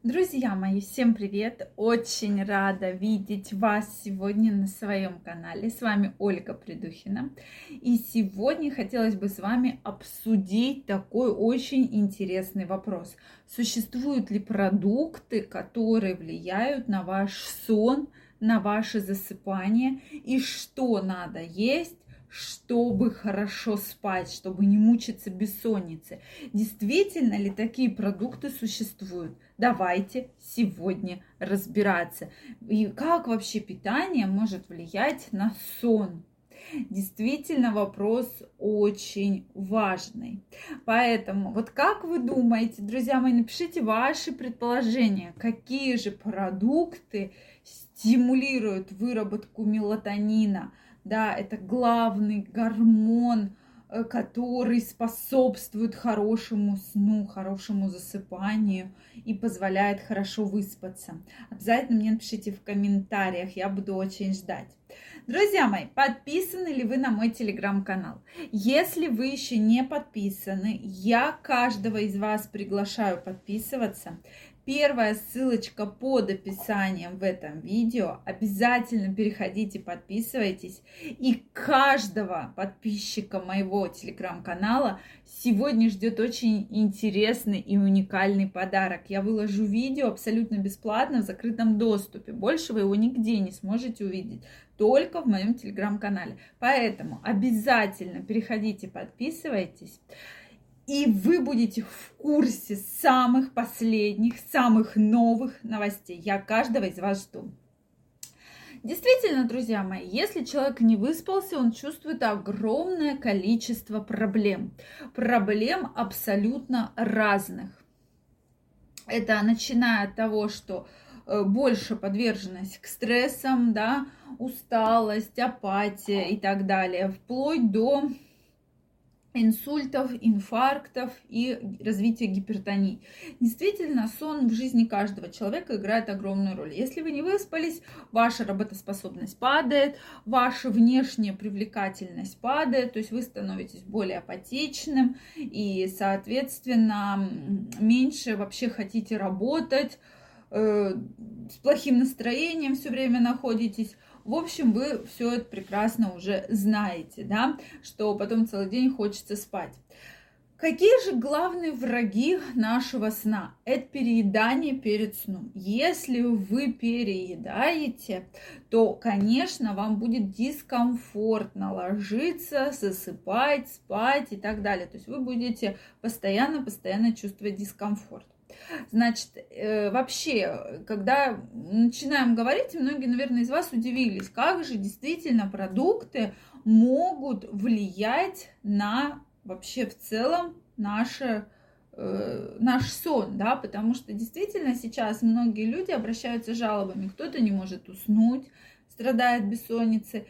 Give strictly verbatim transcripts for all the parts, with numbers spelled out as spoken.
Друзья мои, всем привет! Очень рада видеть вас сегодня на своем канале. С вами Ольга Придухина. И сегодня хотелось бы с вами обсудить такой очень интересный вопрос. Существуют ли продукты, которые влияют на ваш сон, на ваше засыпание? И что надо есть, чтобы хорошо спать, чтобы не мучиться бессонницей? Действительно ли такие продукты существуют? Давайте сегодня разбираться. И как вообще питание может влиять на сон? Действительно, вопрос очень важный. Поэтому, вот как вы думаете, друзья мои, напишите ваши предположения, какие же продукты стимулируют выработку мелатонина? Да, это главный гормон, который способствует хорошему сну, хорошему засыпанию и позволяет хорошо выспаться. Обязательно мне напишите в комментариях, я буду очень ждать. Друзья мои, подписаны ли вы на мой телеграм-канал? Если вы еще не подписаны, я каждого из вас приглашаю подписываться. Первая ссылочка под описанием в этом видео. Обязательно переходите, подписывайтесь. И каждого подписчика моего телеграм-канала сегодня ждет очень интересный и уникальный подарок. Я выложу видео абсолютно бесплатно в закрытом доступе. Больше вы его нигде не сможете увидеть, только в моем телеграм-канале. Поэтому обязательно переходите, подписывайтесь. И вы будете в курсе самых последних, самых новых новостей. Я каждого из вас жду. Действительно, друзья мои, если человек не выспался, он чувствует огромное количество проблем. Проблем абсолютно разных. Это начиная от того, что больше подверженность к стрессам, да, усталость, апатия и так далее, вплоть до инсультов, инфарктов и развития гипертонии. Действительно, сон в жизни каждого человека играет огромную роль. Если вы не выспались, ваша работоспособность падает, ваша внешняя привлекательность падает, то есть вы становитесь более апатичным и, соответственно, меньше вообще хотите работать, э, с плохим настроением все время находитесь. В общем, вы все это прекрасно уже знаете, да, что потом целый день хочется спать. Какие же главные враги нашего сна? Это переедание перед сном. Если вы переедаете, то, конечно, вам будет дискомфортно ложиться, засыпать, спать и так далее. То есть вы будете постоянно-постоянно чувствовать дискомфорт. Значит, э, вообще, когда начинаем говорить, многие, наверное, из вас удивились, как же действительно продукты могут влиять на вообще в целом наше, э, наш сон, да, потому что действительно сейчас многие люди обращаются с жалобами, кто-то не может уснуть, страдает бессонницей,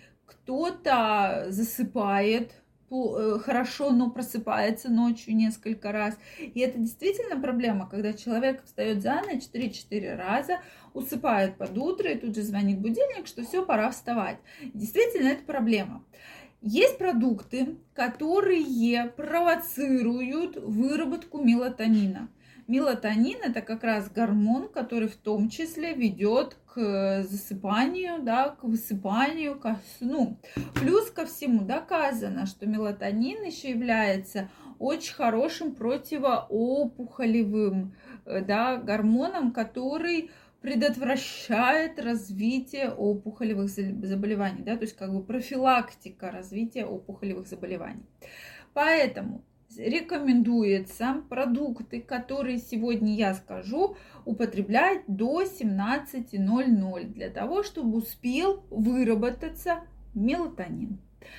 кто-то засыпает хорошо, но просыпается ночью несколько раз. И это действительно проблема, когда человек встает за ночь три-четыре раза, усыпает под утро, и тут же звонит будильник, что все, пора вставать. Действительно, это проблема. Есть продукты, которые провоцируют выработку мелатонина. Мелатонин – это как раз гормон, который в том числе ведет к засыпанию, да, к высыпанию, ко сну. Плюс ко всему доказано, что мелатонин еще является очень хорошим противоопухолевым, да, гормоном, который предотвращает развитие опухолевых заболеваний, да, то есть как бы профилактика развития опухолевых заболеваний. Поэтому рекомендуется продукты, которые сегодня я скажу, употреблять до семнадцати ноль-ноль для того, чтобы успел выработаться мелатонин.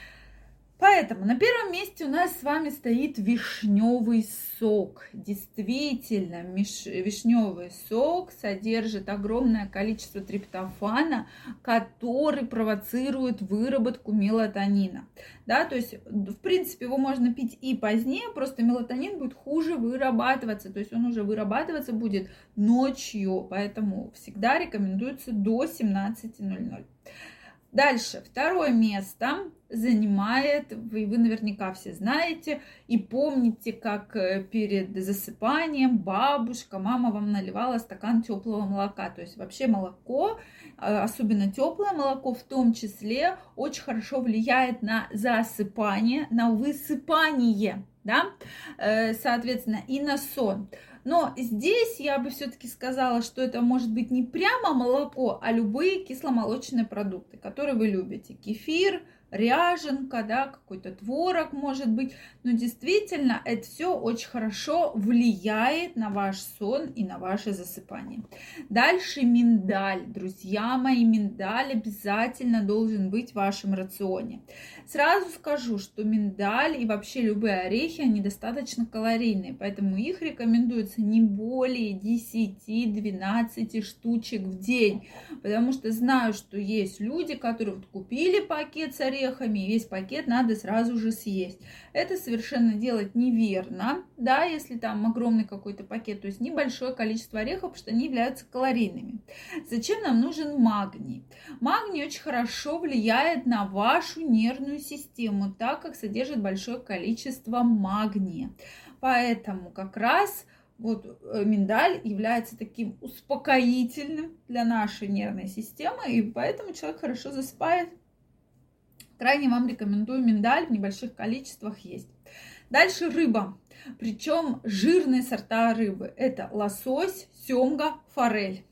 Поэтому на первом месте у нас с вами стоит вишневый сок. Действительно, вишневый сок содержит огромное количество триптофана, который провоцирует выработку мелатонина. Да, то есть, в принципе, его можно пить и позднее, просто мелатонин будет хуже вырабатываться, то есть он уже вырабатываться будет ночью, поэтому всегда рекомендуется до семнадцати ноль-ноль. Дальше, второе место занимает, вы, вы наверняка все знаете и помните, как перед засыпанием бабушка, мама вам наливала стакан теплого молока. То есть вообще молоко, особенно теплое молоко в том числе, очень хорошо влияет на засыпание, на высыпание, да, соответственно, и на сон. Но здесь я бы все-таки сказала, что это может быть не прямо молоко, а любые кисломолочные продукты, которые вы любите. Кефир, ряженка, да, какой-то творог может быть. Но действительно это все очень хорошо влияет на ваш сон и на ваше засыпание. Дальше миндаль. Друзья мои, миндаль обязательно должен быть в вашем рационе. Сразу скажу, что миндаль и вообще любые орехи, они достаточно калорийные, поэтому их рекомендуется не более десяти-двенадцати штучек в день, потому что знаю, что есть люди, которые вот купили пакет с орехами, и весь пакет надо сразу же съесть. Это совершенно делать неверно, да, если там огромный какой-то пакет, то есть небольшое количество орехов, потому что они являются калорийными. Зачем нам нужен магний? Магний очень хорошо влияет на вашу нервную систему, так как содержит большое количество магния. Поэтому как раз вот миндаль является таким успокоительным для нашей нервной системы, и поэтому человек хорошо засыпает. Крайне вам рекомендую миндаль в небольших количествах есть. Дальше рыба, причем жирные сорта рыбы. Это лосось, семга, форель.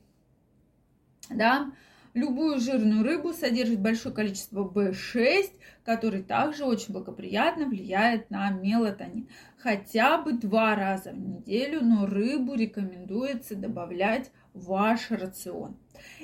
Да? Любую жирную рыбу содержит большое количество бэ шесть, который также очень благоприятно влияет на мелатонин. Хотя бы два раза в неделю, но рыбу рекомендуется добавлять в ваш рацион.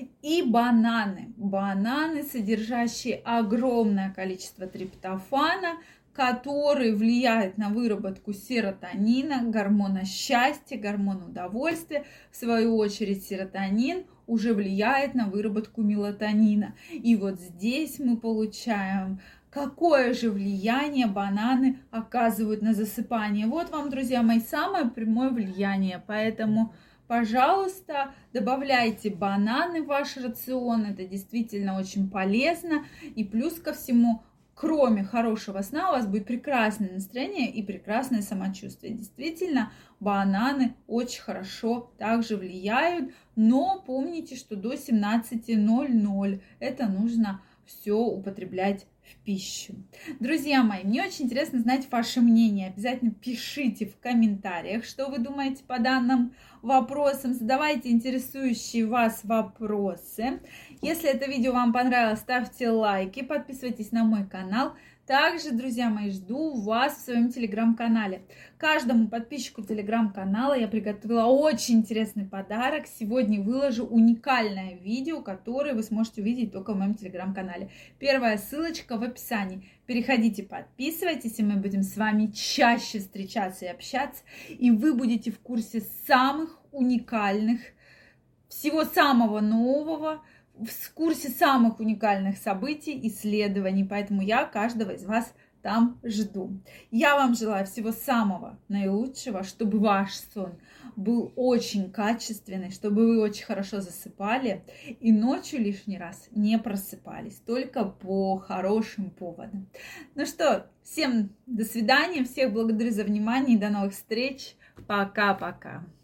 И бананы. Бананы, содержащие огромное количество триптофана, который влияет на выработку серотонина, гормона счастья, гормона удовольствия. В свою очередь серотонин уже влияет на выработку мелатонина. И вот здесь мы получаем, какое же влияние бананы оказывают на засыпание. Вот вам, друзья мои, самое прямое влияние. Поэтому, пожалуйста, добавляйте бананы в ваш рацион. Это действительно очень полезно. И плюс ко всему, кроме хорошего сна, у вас будет прекрасное настроение и прекрасное самочувствие. Действительно, бананы очень хорошо также влияют, но помните, что до семнадцати ноль-ноль это нужно все употреблять в пищу. Друзья мои, мне очень интересно знать ваше мнение. Обязательно пишите в комментариях, что вы думаете по данным вопросам. Задавайте интересующие вас вопросы. Если это видео вам понравилось, ставьте лайки, подписывайтесь на мой канал. Также, друзья мои, жду вас в своем телеграм-канале. Каждому подписчику телеграм-канала я приготовила очень интересный подарок. Сегодня выложу уникальное видео, которое вы сможете увидеть только в моем телеграм-канале. Первая ссылочка в описании. Переходите, подписывайтесь, и мы будем с вами чаще встречаться и общаться. И вы будете в курсе самых уникальных, всего самого нового, в курсе самых уникальных событий, исследований, поэтому я каждого из вас там жду. Я вам желаю всего самого наилучшего, чтобы ваш сон был очень качественный, чтобы вы очень хорошо засыпали и ночью лишний раз не просыпались, только по хорошим поводам. Ну что, всем до свидания, всех благодарю за внимание и до новых встреч. Пока-пока.